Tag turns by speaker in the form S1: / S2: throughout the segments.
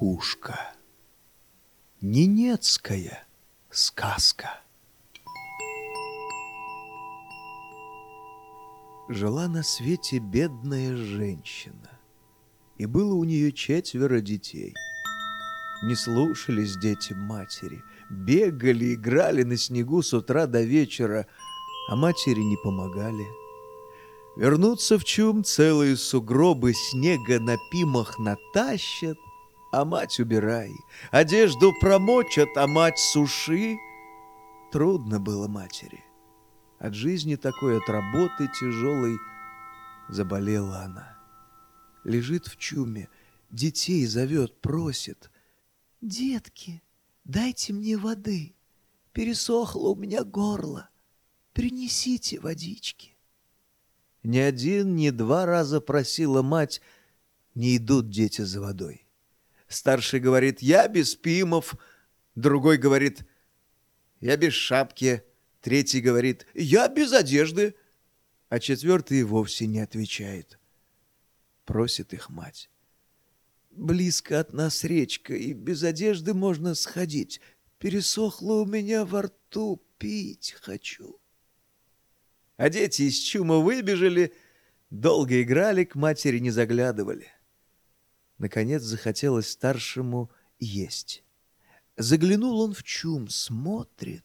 S1: Кукушка. Ненецкая сказка. Жила на свете бедная женщина, и было у нее 4 детей. Не слушались дети матери, бегали, играли на снегу с утра до вечера, а матери не помогали. Вернутся в чум, целые сугробы снега на пимах натащат, а мать убирай, одежду промочат, а мать суши. Трудно было матери. От жизни такой, от работы тяжелой заболела она. Лежит в чуме, детей зовет, просит: «Детки, дайте мне воды, пересохло у меня горло, принесите водички». Ни 1, ни 2 раза просила мать, не идут дети за водой. Старший говорит: «Я без пимов», другой говорит: «Я без шапки», третий говорит: «Я без одежды», а 4-й и вовсе не отвечает. Просит их мать: «Близко от нас речка, и без одежды можно сходить. Пересохло у меня во рту, пить хочу». А дети из чума выбежали, долго играли, к матери не заглядывали. Наконец захотелось старшему есть. Заглянул он в чум, смотрит.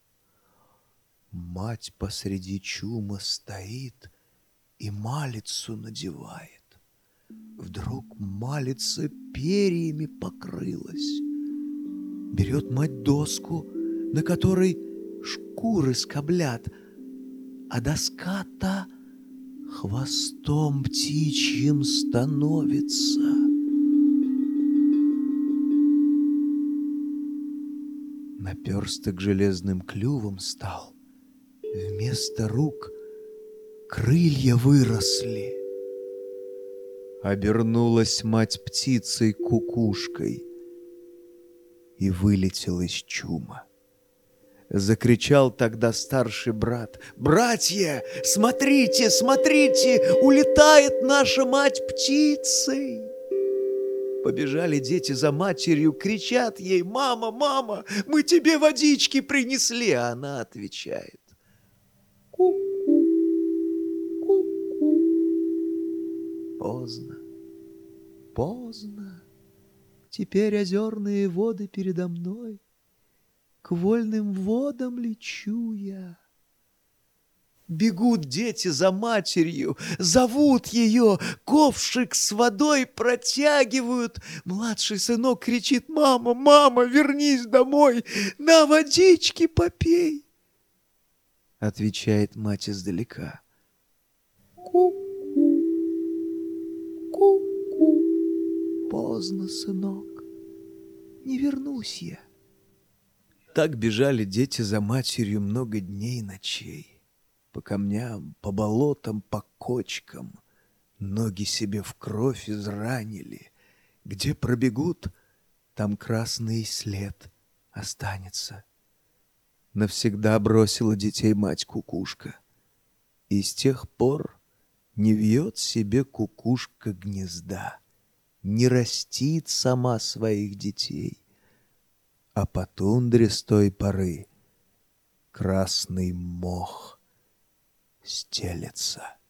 S1: Мать посреди чума стоит и малицу надевает. Вдруг малица перьями покрылась. Берет мать доску, на которой шкуры скоблят, а доска-то хвостом птичьим становится. Наперсток железным клювом стал. Вместо рук крылья выросли. Обернулась мать птицей-кукушкой и вылетела из чума. Закричал тогда старший брат: «Братья, смотрите, смотрите, улетает наша мать птицей!» Побежали дети за матерью, кричат ей: «Мама, мама, мы тебе водички принесли!» А она отвечает: «Ку-ку, ку-ку». Поздно, поздно, теперь озерные воды передо мной, к вольным водам лечу я. Бегут дети за матерью, зовут ее, ковшик с водой протягивают. Младший сынок кричит: «Мама, мама, вернись домой, на водички попей!» Отвечает мать издалека: «Ку-ку, ку-ку, поздно, сынок, не вернусь я». Так бежали дети за матерью много дней и ночей. По камням, по болотам, по кочкам. Ноги себе в кровь изранили. Где пробегут, там красный след останется. Навсегда бросила детей мать-кукушка. И с тех пор не вьет себе кукушка гнезда, не растит сама своих детей. А по тундре с той поры красный мох стелется.